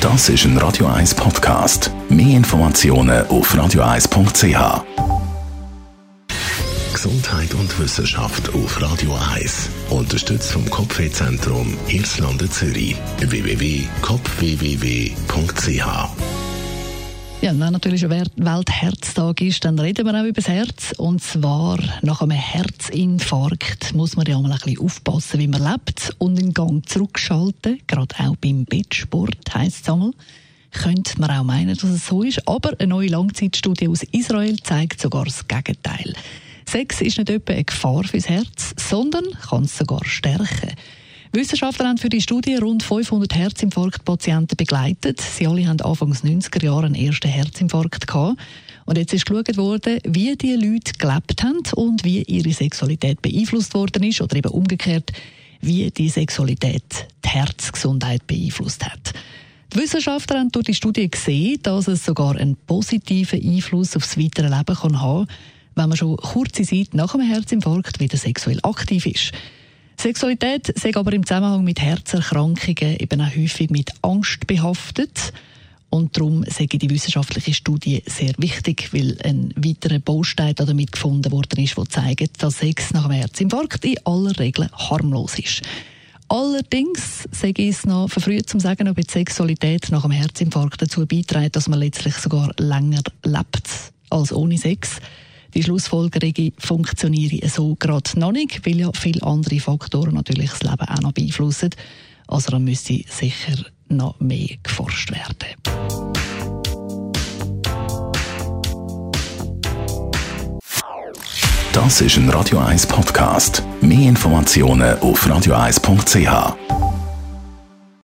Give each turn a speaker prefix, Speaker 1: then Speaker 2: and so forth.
Speaker 1: Das ist ein Radio 1 Podcast. Mehr Informationen auf radio1.ch. Gesundheit und Wissenschaft auf Radio 1. Unterstützt vom Kopfwehzentrum Irlande Zürich. www.kopfwww.ch.
Speaker 2: Ja, wenn natürlich schon Weltherztag ist, dann reden wir auch über das Herz. Und zwar nach einem Herzinfarkt muss man ja mal ein bisschen aufpassen, wie man lebt und den Gang zurückschalten. Gerade auch beim Bettsport heisst es einmal. Könnte man auch meinen, dass es so ist. Aber eine neue Langzeitstudie aus Israel zeigt sogar das Gegenteil. Sex ist nicht etwa eine Gefahr fürs Herz, sondern kann es sogar stärken. Wissenschaftler haben für die Studie rund 500 Herzinfarktpatienten begleitet. Sie alle haben Anfangs 90er Jahre einen ersten Herzinfarkt gehabt. Und jetzt ist geschaut worden, wie die Leute gelebt haben und wie ihre Sexualität beeinflusst worden ist oder eben umgekehrt, wie die Sexualität die Herzgesundheit beeinflusst hat. Die Wissenschaftler haben durch die Studie gesehen, dass es sogar einen positiven Einfluss auf das weitere Leben kann haben, wenn man schon kurze Zeit nach einem Herzinfarkt wieder sexuell aktiv ist. Sexualität sei aber im Zusammenhang mit Herzerkrankungen eben auch häufig mit Angst behaftet. Und darum sei die wissenschaftliche Studie sehr wichtig, weil ein weiterer Baustein damit gefunden worden ist, der zeigt, dass Sex nach einem Herzinfarkt in aller Regel harmlos ist. Allerdings sei es noch verfrüht zu sagen, ob die Sexualität nach einem Herzinfarkt dazu beiträgt, dass man letztlich sogar länger lebt als ohne Sex. Die Schlussfolgerung funktioniert so gerade noch nicht, weil ja viele andere Faktoren natürlich das Leben auch noch beeinflussen. Also da müsste sicher noch mehr geforscht werden.
Speaker 1: Das ist ein Radio 1 Podcast. Mehr Informationen auf radio1.ch.